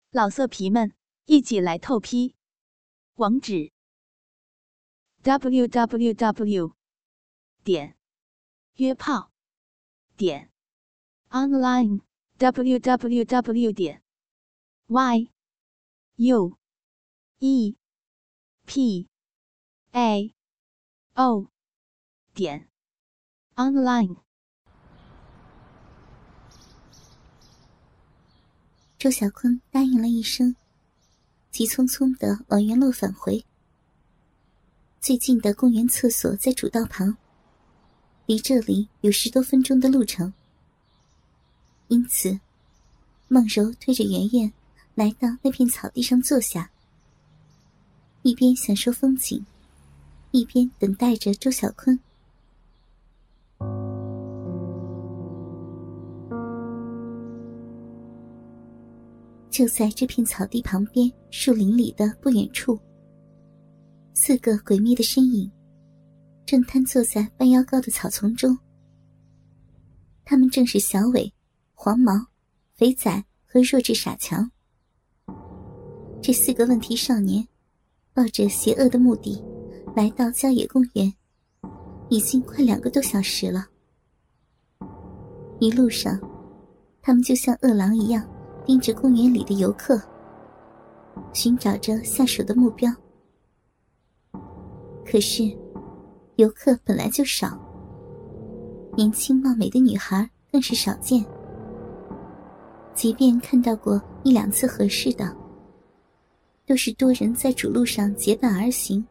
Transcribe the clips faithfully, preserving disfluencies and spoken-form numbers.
老色皮们，一起来透批！网址 ：double u double u double u 点约炮点 online double u double u double u 点 y u e p a o 点 online。 周小坤答应了一声，急匆匆地往原路返回。最近的公园厕所在主道旁，离这里有十多分钟的路程。因此，孟柔推着圆圆来到那片草地上坐下，一边享受风景，一边等待着周小坤。就在这片草地旁边树林里的不远处，四个诡秘的身影正瘫坐在半腰高的草丛中。他们正是小伟、黄毛、肥仔和弱智傻强。这四个问题少年抱着邪恶的目的来到郊野公园，已经快两个多小时了。一路上，他们就像饿狼一样盯着公园里的游客，寻找着下手的目标。可是游客本来就少，年轻貌美的女孩更是少见，即便看到过一两次合适的，都是多人在主路上结伴而行。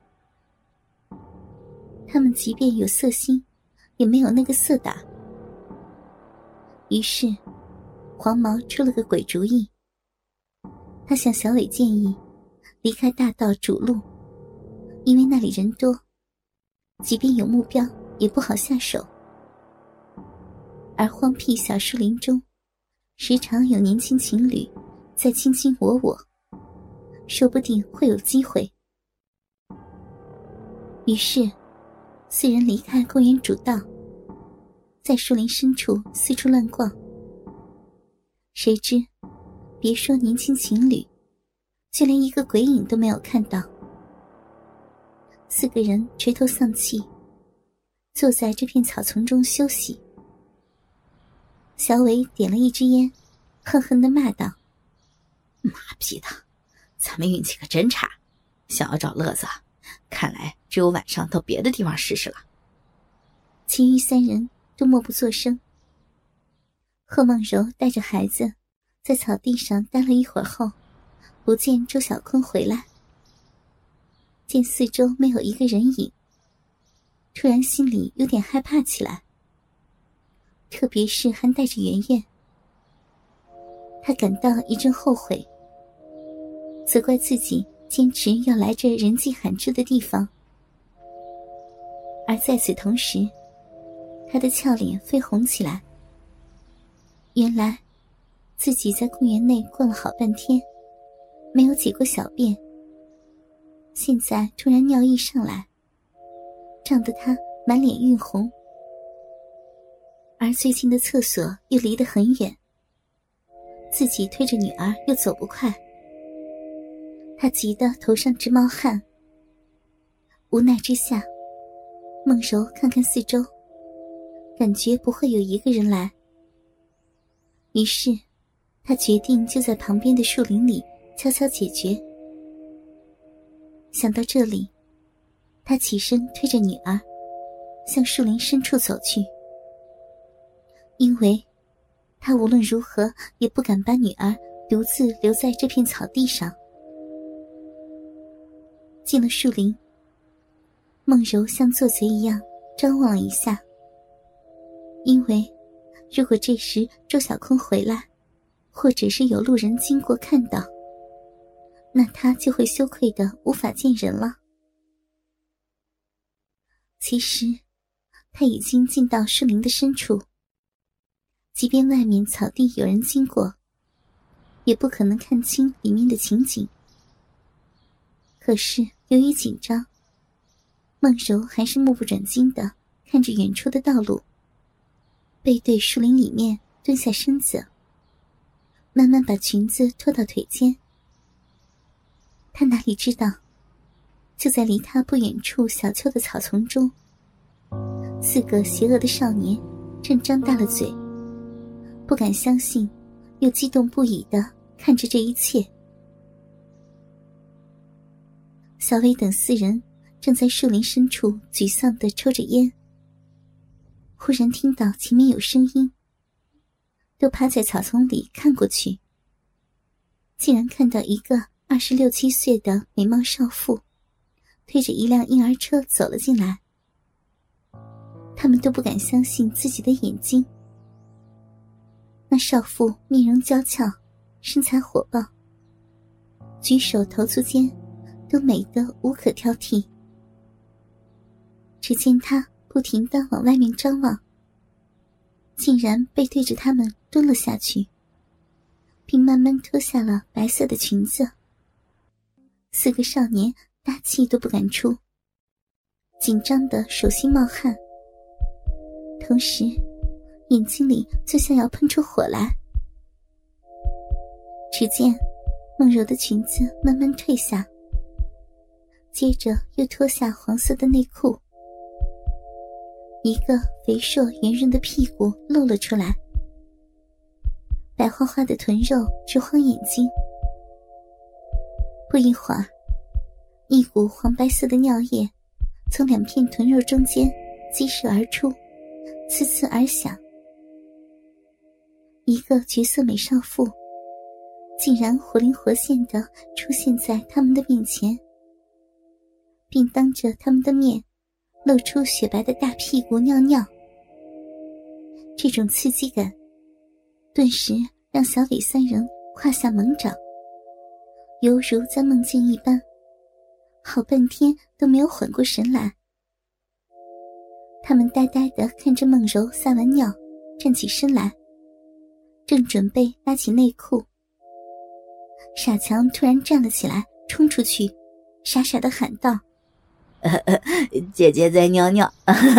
他们即便有色心，也没有那个色胆。于是黄毛出了个鬼主意，他向小伟建议离开大道主路，因为那里人多，即便有目标也不好下手。而荒僻小树林中时常有年轻情侣在卿卿我我，说不定会有机会。于是四人离开公园主道，在树林深处四处乱逛。谁知别说年轻情侣，就连一个鬼影都没有看到。四个人垂头丧气，坐在这片草丛中休息。小伟点了一支烟，恨恨地骂道： 妈逼的，咱们运气可真差，想要找乐子，看来只有晚上到别的地方试试了。 其余三人都默不作声。贺梦柔带着孩子在草地上待了一会儿后，不见周小坤回来，见四周没有一个人影，突然心里有点害怕起来，特别是还带着圆圆。他感到一阵后悔，责怪自己坚持要来这人迹罕至的地方。而在此同时，他的俏脸绯红起来。原来自己在公园内逛了好半天，没有解过小便，现在突然尿意上来，胀得他满脸晕红。而最近的厕所又离得很远，自己推着女儿又走不快，他急得头上直冒汗。无奈之下，孟柔看看四周，感觉不会有一个人来，于是他决定就在旁边的树林里悄悄解决。想到这里，他起身推着女儿向树林深处走去，因为他无论如何也不敢把女儿独自留在这片草地上。进了树林，孟柔像做贼一样张望了一下，因为如果这时周小坤回来，或者是有路人经过看到，那他就会羞愧得无法见人了。其实他已经进到树林的深处，即便外面草地有人经过，也不可能看清里面的情景。可是由于紧张，孟柔还是目不转睛地看着远处的道路，背对树林里面蹲下身子，慢慢把裙子拖到腿间， 他哪里知道，就在离他不远处小丘的草丛中，四个邪恶的少年正张大了嘴，不敢相信又激动不已地看着这一切。小薇等四人正在树林深处沮丧地抽着烟，忽然听到前面有声音，都趴在草丛里看过去，竟然看到一个二十六七岁的美貌少妇推着一辆婴儿车走了进来。他们都不敢相信自己的眼睛。那少妇面容娇俏，身材火爆，举手投足间都美得无可挑剔。只见她不停地往外面张望，竟然背对着他们蹲了下去，并慢慢脱下了白色的裙子。四个少年大气都不敢出，紧张得手心冒汗，同时眼睛里就像要喷出火来。只见梦柔的裙子慢慢退下，接着又脱下黄色的内裤，一个肥硕圆润的屁股露了出来，白花花的臀肉直晃眼睛。不一会儿，一股黄白色的尿液从两片臀肉中间激射而出，呲呲而响。一个绝色美少妇竟然活灵活现地出现在他们的面前，并当着他们的面露出雪白的大屁股尿尿。这种刺激感顿时让小伟三人胯下猛长，犹如在梦境一般，好半天都没有缓过神来。他们呆呆地看着梦柔撒完尿站起身来，正准备拉起内裤，傻强突然站了起来，冲出去傻傻地喊道： 姐姐在尿尿。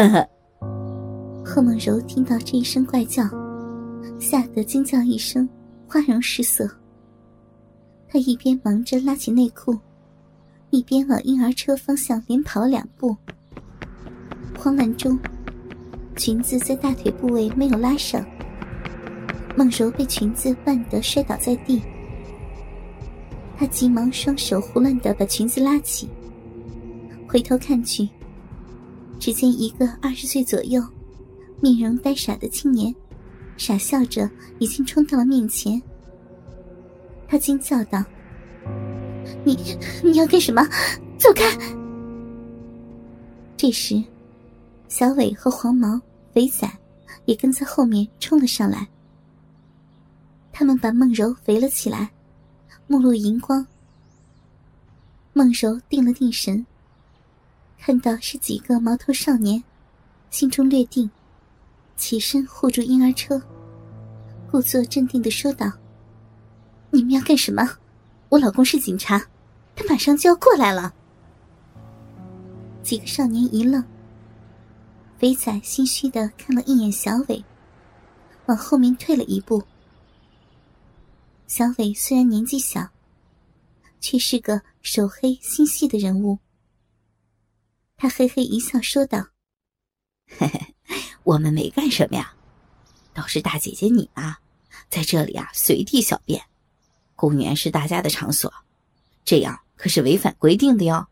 贺梦柔听到这一声怪叫，吓得惊叫一声，花容失色。她一边忙着拉起内裤，一边往婴儿车方向连跑了两步。慌乱中，裙子在大腿部位没有拉上，梦柔被裙子绊得摔倒在地。她急忙双手胡乱地把裙子拉起，回头看去，只见一个二十岁左右面容呆傻的青年傻笑着已经冲到了面前。他惊叫道：你你要干什么？走开！这时小伟和黄毛、肥仔也跟在后面冲了上来，他们把梦柔围了起来，目露荧光。梦柔定了定神，看到是几个毛头少年，心中略定，起身护住婴儿车，故作镇定地说道：你们要干什么？我老公是警察，他马上就要过来了。几个少年一愣，肥仔心虚地看了一眼小伟，往后面退了一步。小伟虽然年纪小，却是个手黑心细的人物。他嘿嘿一笑说道： 嘿嘿，我们没干什么呀，倒是大姐姐你啊，在这里啊随地小便，公园是大家的场所，这样可是违反规定的哟。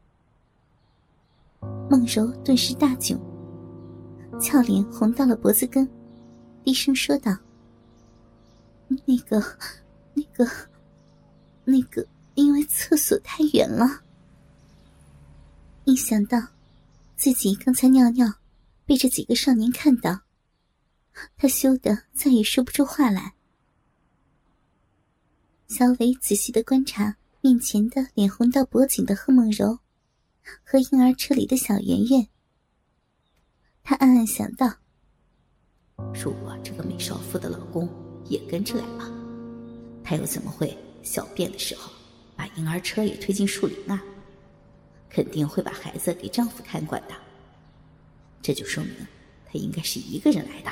梦柔顿时大窘，俏脸红到了脖子根，低声说道：那个那个那个因为厕所太远了。一想到自己刚才尿尿被这几个少年看到，他羞得再也说不出话来。小伟仔细地观察面前的脸红到脖颈的贺梦柔和婴儿车里的小圆圆，他暗暗想到， 如果这个美少妇的老公也跟着来了，他又怎么会小便的时候把婴儿车也推进树林啊？肯定会把孩子给丈夫看管的，这就说明他应该是一个人来的。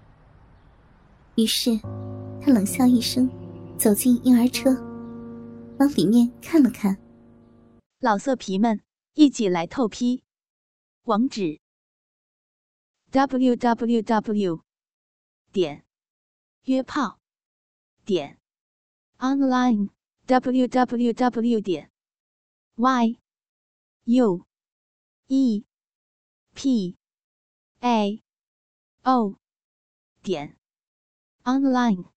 于是他冷笑一声，走进婴儿车， 往里面看了看。 老色皮们，一起来透批！网址 ：double u double u double u 点约炮点 online w w w 点 y u e p a o 点 online。